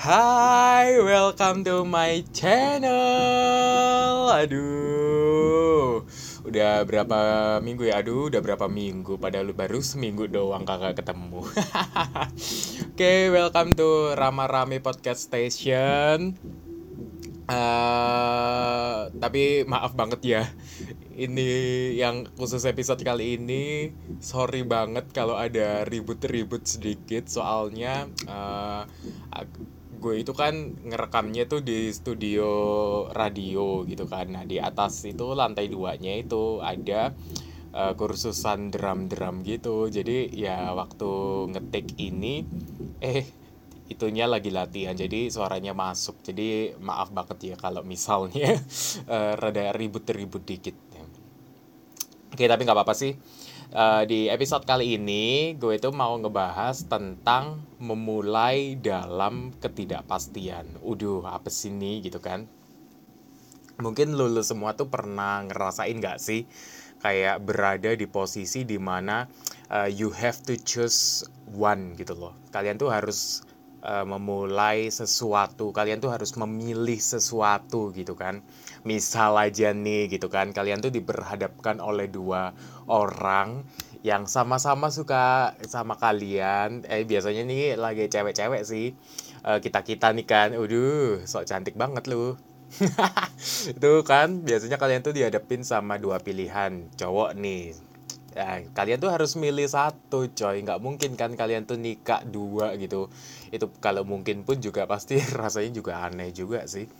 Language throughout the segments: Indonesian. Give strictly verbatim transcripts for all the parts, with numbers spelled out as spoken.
Hai, welcome to my channel. Aduh, udah berapa minggu ya? Aduh, udah berapa minggu? Padahal baru seminggu doang kakak ketemu. Oke, welcome to Rama Rame Podcast Station. Eh, tapi maaf banget ya. Ini yang khusus episode kali ini. Sorry banget kalau ada ribut-ribut sedikit. Soalnya eh, gue itu kan ngerekamnya tuh di studio radio gitu kan. Nah di atas itu lantai duanya itu ada eh, kursusan drum-drum gitu. Jadi ya waktu ngetik ini eh itunya lagi latihan jadi suaranya masuk, jadi maaf banget ya kalau misalnya eh, rada ribut-ribut dikit. Oke, tapi nggak apa-apa sih. Eh, di episode kali ini gue itu mau ngebahas tentang memulai dalam ketidakpastian. Uduh, apa sih ini gitu kan? Mungkin lulu semua tuh pernah ngerasain nggak sih kayak berada di posisi dimana uh, you have to choose one gitu loh. Kalian tuh harus uh, memulai sesuatu, kalian tuh harus memilih sesuatu gitu kan. Misal aja nih gitu kan, kalian tuh diperhadapkan oleh dua orang yang sama-sama suka sama kalian. Eh biasanya nih lagi cewek-cewek sih. Eh, kita-kita nih kan, waduh, sok cantik banget lu. Itu kan biasanya kalian tuh dihadapin sama dua pilihan cowok nih. Ya, kalian tuh harus milih satu coy. Nggak mungkin kan kalian tuh nikah dua gitu. Itu kalau mungkin pun juga pasti rasanya juga aneh juga sih.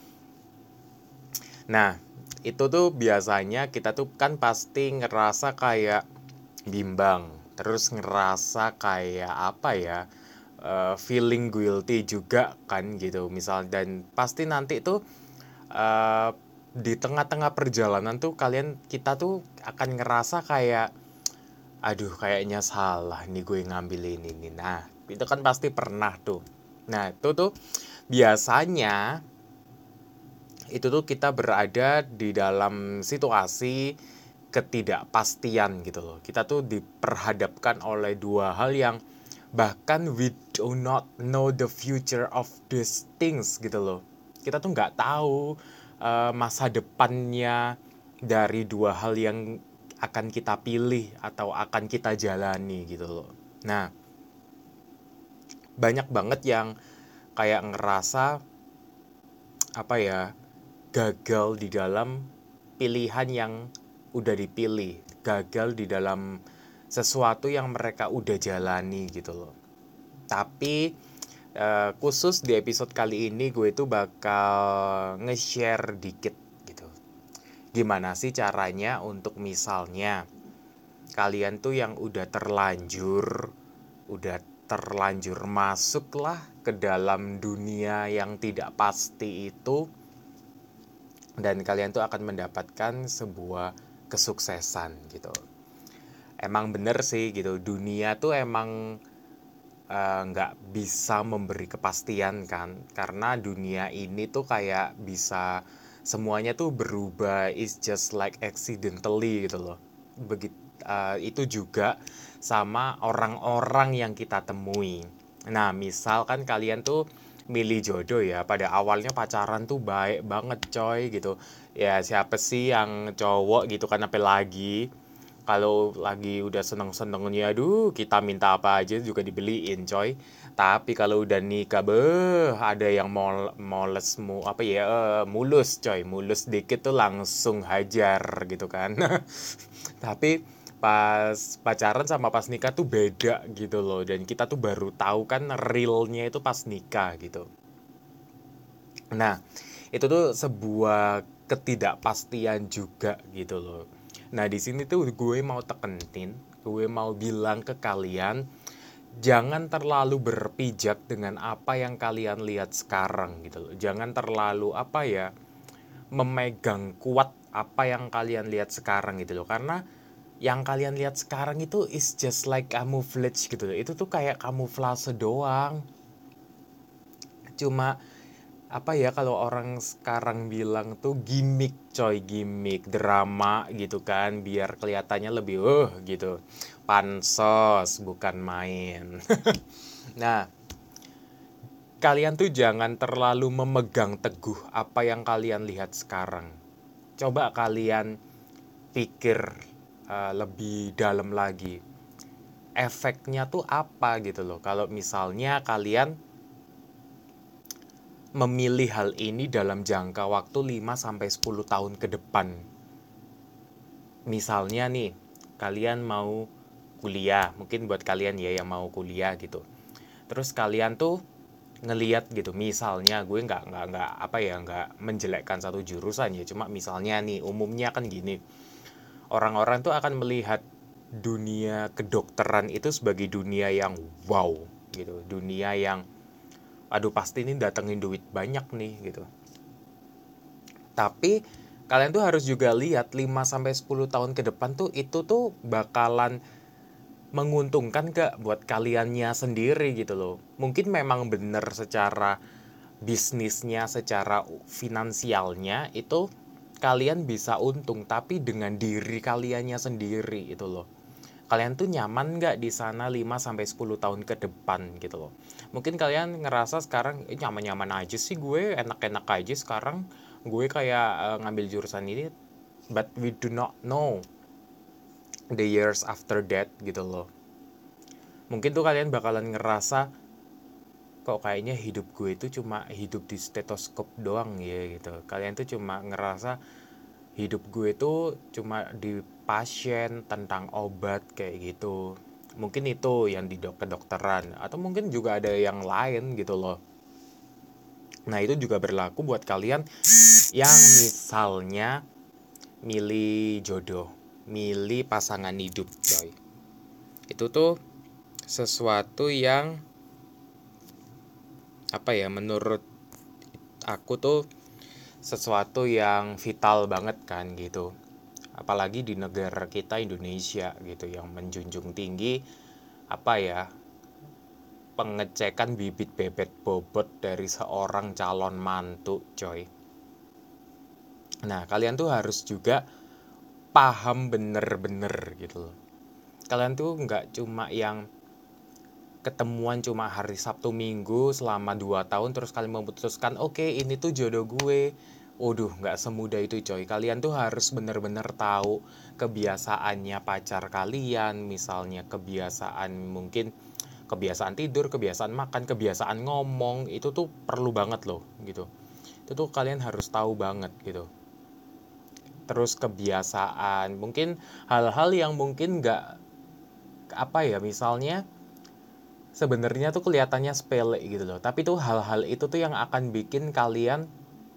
Nah, itu tuh biasanya kita tuh kan pasti ngerasa kayak bimbang. Terus ngerasa kayak apa ya, eh, feeling guilty juga kan gitu. Misal dan pasti nanti tuh eh, di tengah-tengah perjalanan tuh kalian kita tuh akan ngerasa kayak aduh kayaknya salah nih gue ngambil ini nih. Nah, itu kan pasti pernah tuh. Nah, itu tuh biasanya itu tuh kita berada di dalam situasi ketidakpastian gitu loh. Kita tuh diperhadapkan oleh dua hal yang bahkan we do not know the future of these things gitu loh. Kita tuh nggak tahu uh, masa depannya dari dua hal yang akan kita pilih atau akan kita jalani gitu loh. Nah, banyak banget yang kayak ngerasa apa ya, gagal di dalam pilihan yang udah dipilih, gagal di dalam sesuatu yang mereka udah jalani gitu loh. Tapi eh, khusus di episode kali ini gue itu bakal nge-share dikit gitu. Gimana sih caranya untuk misalnya kalian tuh yang udah terlanjur, udah terlanjur masuklah ke dalam dunia yang tidak pasti itu, dan kalian tuh akan mendapatkan sebuah kesuksesan gitu. Emang bener sih gitu, dunia tuh emang nggak uh, bisa memberi kepastian kan, karena dunia ini tuh kayak bisa semuanya tuh berubah, is just like accidentally gitu loh. Begitu uh, itu juga sama orang-orang yang kita temui. Nah, misalkan kalian tuh milih jodoh ya, pada awalnya pacaran tuh baik banget coy gitu. Ya siapa sih yang cowok gitu kan, apalagi kalau lagi udah seneng-senengnya, aduh kita minta apa aja juga dibeliin coy. Tapi kalau udah nikah, beh, ada yang mol moles mu apa ya, eh, mulus coy, mulus dikit tuh langsung hajar gitu kan. Tapi pas pacaran sama pas nikah tuh beda gitu loh, dan kita tuh baru tahu kan realnya itu pas nikah gitu. Nah, itu tuh sebuah ketidakpastian juga gitu loh. Nah, di sini tuh gue mau tekenin, gue mau bilang ke kalian, jangan terlalu berpijak dengan apa yang kalian lihat sekarang gitu loh. Jangan terlalu apa ya, memegang kuat apa yang kalian lihat sekarang gitu loh. Karena yang kalian lihat sekarang itu is just like camouflage gitu loh. Itu tuh kayak kamuflase doang. Cuma apa ya, kalau orang sekarang bilang tuh gimmick coy, gimmick drama gitu kan, biar kelihatannya lebih uh gitu, pansos bukan main. Nah, kalian tuh jangan terlalu memegang teguh apa yang kalian lihat sekarang. Coba kalian pikir uh, lebih dalam lagi. Efeknya tuh apa gitu loh. Kalau misalnya kalian memilih hal ini dalam jangka waktu lima sampai sepuluh tahun ke depan. Misalnya nih, kalian mau kuliah, mungkin buat kalian ya yang mau kuliah gitu. Terus kalian tuh ngeliat gitu, misalnya gue nggak nggak nggak apa ya nggak menjelekkan satu jurusan ya, cuma misalnya nih umumnya kan gini, orang-orang tuh akan melihat dunia kedokteran itu sebagai dunia yang wow gitu, dunia yang aduh pasti ini datengin duit banyak nih gitu. Tapi kalian tuh harus juga lihat lima sampai sepuluh tahun ke depan tuh itu tuh bakalan menguntungkan gak buat kaliannya sendiri gitu loh. Mungkin memang bener secara bisnisnya, secara finansialnya itu kalian bisa untung, tapi dengan diri kaliannya sendiri itu loh. Kalian tuh nyaman gak di sana lima sampai sepuluh tahun ke depan gitu loh. Mungkin kalian ngerasa sekarang eh, nyaman-nyaman aja sih gue, enak-enak aja sekarang gue kayak uh, ngambil jurusan ini, but we do not know the years after that gitu loh. Mungkin tuh kalian bakalan ngerasa kok kayaknya hidup gue itu cuma hidup di stetoskop doang ya gitu. Kalian tuh cuma ngerasa hidup gue itu cuma di pasien tentang obat kayak gitu. Mungkin itu yang di dok kedokteran, atau mungkin juga ada yang lain gitu loh. Nah itu juga berlaku buat kalian yang misalnya milih jodoh, milih pasangan hidup coy. Itu tuh sesuatu yang apa ya, menurut aku tuh sesuatu yang vital banget kan gitu. Apalagi di negara kita Indonesia gitu, yang menjunjung tinggi apa ya, pengecekan bibit bebet bobot dari seorang calon mantu coy. Nah kalian tuh harus juga paham bener-bener gitu loh. Kalian tuh nggak cuma yang ketemuan cuma hari Sabtu Minggu selama dua tahun terus kalian memutuskan oke okay, ini tuh jodoh gue. Waduh, nggak semudah itu coy. Kalian tuh harus bener-bener tahu kebiasaannya pacar kalian, misalnya kebiasaan mungkin kebiasaan tidur, kebiasaan makan, kebiasaan ngomong, itu tuh perlu banget loh gitu. Itu tuh kalian harus tahu banget gitu. Terus kebiasaan, mungkin hal-hal yang mungkin nggak apa ya, misalnya sebenarnya tuh kelihatannya sepele gitu loh, tapi tuh hal-hal itu tuh yang akan bikin kalian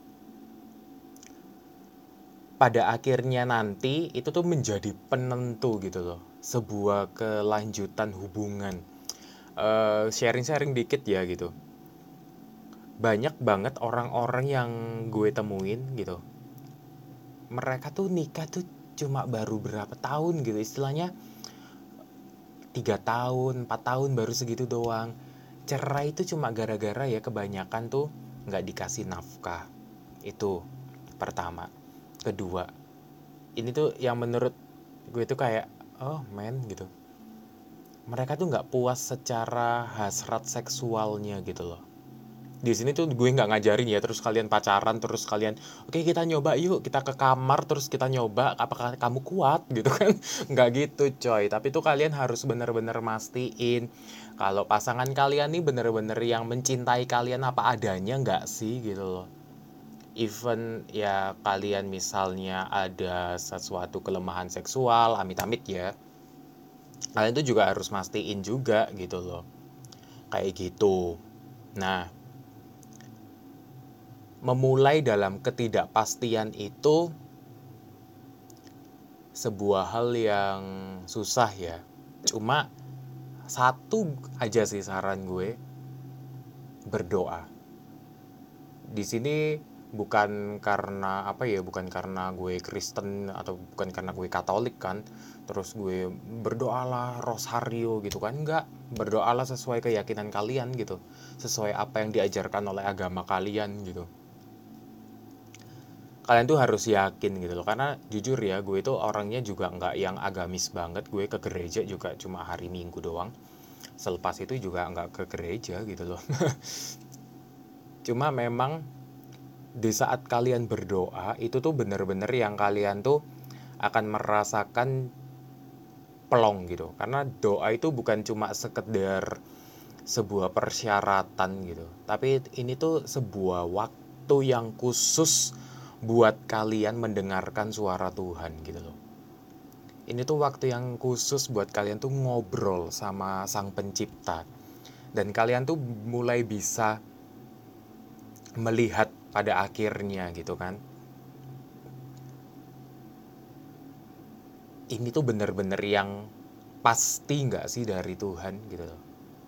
pada akhirnya nanti itu tuh menjadi penentu gitu loh, sebuah kelanjutan hubungan. Uh, sharing-sharing dikit ya gitu. Banyak banget orang-orang yang gue temuin gitu, mereka tuh nikah tuh cuma baru berapa tahun gitu, istilahnya tiga tahun, empat tahun baru segitu doang. Cerai itu cuma gara-gara ya kebanyakan tuh nggak dikasih nafkah. Itu pertama. Kedua, ini tuh yang menurut gue tuh kayak oh men gitu, mereka tuh nggak puas secara hasrat seksualnya gitu loh. Di sini tuh gue nggak ngajarin ya terus kalian pacaran terus kalian oke okay, kita nyoba yuk, kita ke kamar terus kita nyoba apakah kamu kuat gitu kan. Nggak gitu coy, tapi tuh kalian harus bener-bener mastiin kalau pasangan kalian nih bener-bener yang mencintai kalian apa adanya nggak sih gitu loh. Even ya kalian misalnya ada sesuatu kelemahan seksual, amit-amit ya, kalian tuh juga harus mastiin juga gitu loh, kayak gitu. Nah, memulai dalam ketidakpastian itu sebuah hal yang susah ya. Cuma satu aja sih saran gue, berdoa. Di sini bukan karena apa ya, bukan karena gue Kristen atau bukan karena gue Katolik kan, terus gue berdoalah rosario gitu kan, enggak. Berdoalah sesuai keyakinan kalian gitu, sesuai apa yang diajarkan oleh agama kalian gitu. Kalian tuh harus yakin gitu loh, karena jujur ya gue itu orangnya juga nggak yang agamis banget. Gue ke gereja juga cuma hari Minggu doang, selepas itu juga nggak ke gereja gitu loh. Cuma memang di saat kalian berdoa itu tuh bener-bener yang kalian tuh akan merasakan plong gitu. Karena doa itu bukan cuma sekedar sebuah persyaratan gitu, tapi ini tuh sebuah waktu yang khusus buat kalian mendengarkan suara Tuhan gitu loh. Ini tuh waktu yang khusus buat kalian tuh ngobrol sama Sang Pencipta. Dan kalian tuh mulai bisa melihat pada akhirnya gitu kan. Ini tuh bener-bener yang pasti gak sih dari Tuhan gitu loh.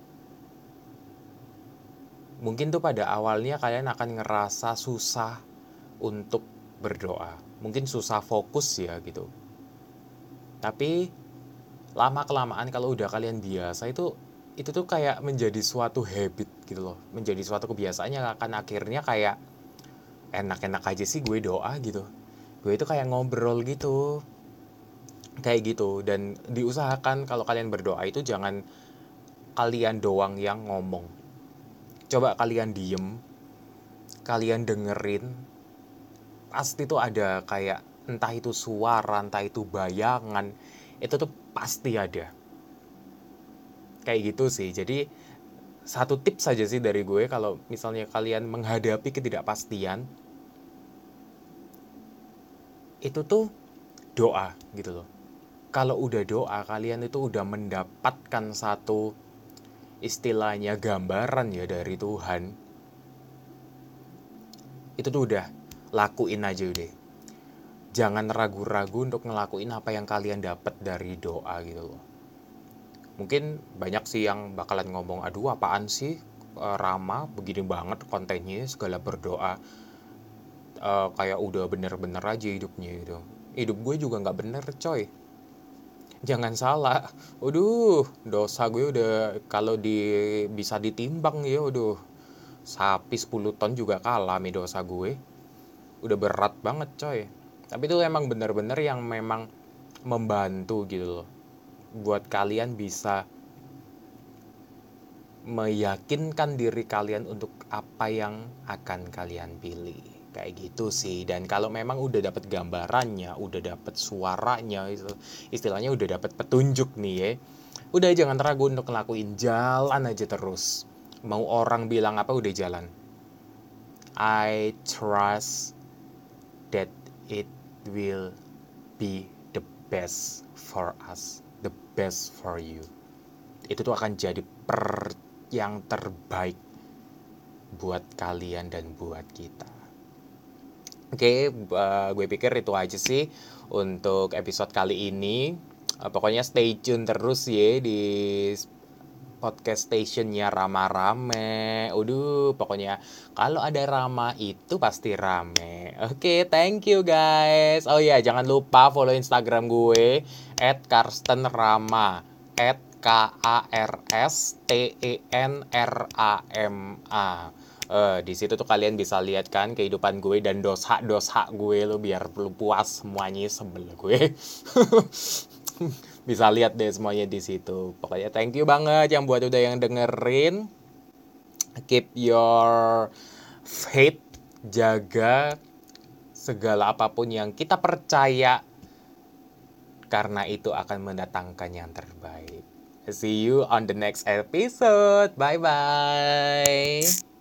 Mungkin tuh pada awalnya kalian akan ngerasa susah untuk berdoa. Mungkin susah fokus ya gitu. Tapi lama-kelamaan kalau udah kalian biasa itu itu tuh kayak menjadi suatu habit gitu loh. Menjadi suatu kebiasaannya akan akhirnya kayak enak-enak aja sih gue doa gitu. Gue itu kayak ngobrol gitu. Kayak gitu. Dan diusahakan kalau kalian berdoa itu jangan kalian doang yang ngomong. Coba kalian diem, kalian dengerin, pasti tuh ada kayak entah itu suara, entah itu bayangan, itu tuh pasti ada. Kayak gitu sih. Jadi satu tips saja sih dari gue kalau misalnya kalian menghadapi ketidakpastian, itu tuh doa gitu loh. Kalau udah doa, kalian itu udah mendapatkan satu istilahnya gambaran ya dari Tuhan. Itu tuh udah lakuin aja deh. Jangan ragu-ragu untuk ngelakuin apa yang kalian dapat dari doa gitu loh. Mungkin banyak sih yang bakalan ngomong, aduh apaan sih Rama begini banget kontennya segala berdoa. Uh, kayak udah bener-bener aja hidupnya gitu. Hidup gue juga gak bener coy. Jangan salah. Waduh, dosa gue udah kalau di bisa ditimbang ya, waduh. Sapi sepuluh ton juga kalah nih dosa gue. Udah berat banget coy. Tapi itu emang bener-bener yang memang membantu gitu loh. Buat kalian bisa meyakinkan diri kalian untuk apa yang akan kalian pilih. Kayak gitu sih. Dan kalau memang udah dapat gambarannya, udah dapat suaranya, istilahnya udah dapat petunjuk nih ya, udah jangan ragu untuk ngelakuin, jalan aja terus. Mau orang bilang apa, udah jalan. I trust that it will be the best for us, the best for you. Itu tuh akan jadi per yang terbaik buat kalian dan buat kita. Oke, okay, uh, gue pikir itu aja sih untuk episode kali ini. Uh, pokoknya stay tune terus ya di podcast stationnya Rama Rame. Udah, pokoknya kalau ada Rama itu pasti rame. Oke, okay, thank you guys. Oh iya, jangan lupa follow Instagram gue at karsten rama at K A R S T E N R A M A. Uh, di situ tuh kalian bisa lihat kan kehidupan gue dan dosa-dosa gue lo, biar lu puas semuanya sebelah gue. Bisa lihat deh semuanya di situ. Pokoknya thank you banget yang buat udah yang dengerin. Keep your faith, jaga segala apapun yang kita percaya, karena itu akan mendatangkan yang terbaik. See you on the next episode. Bye bye.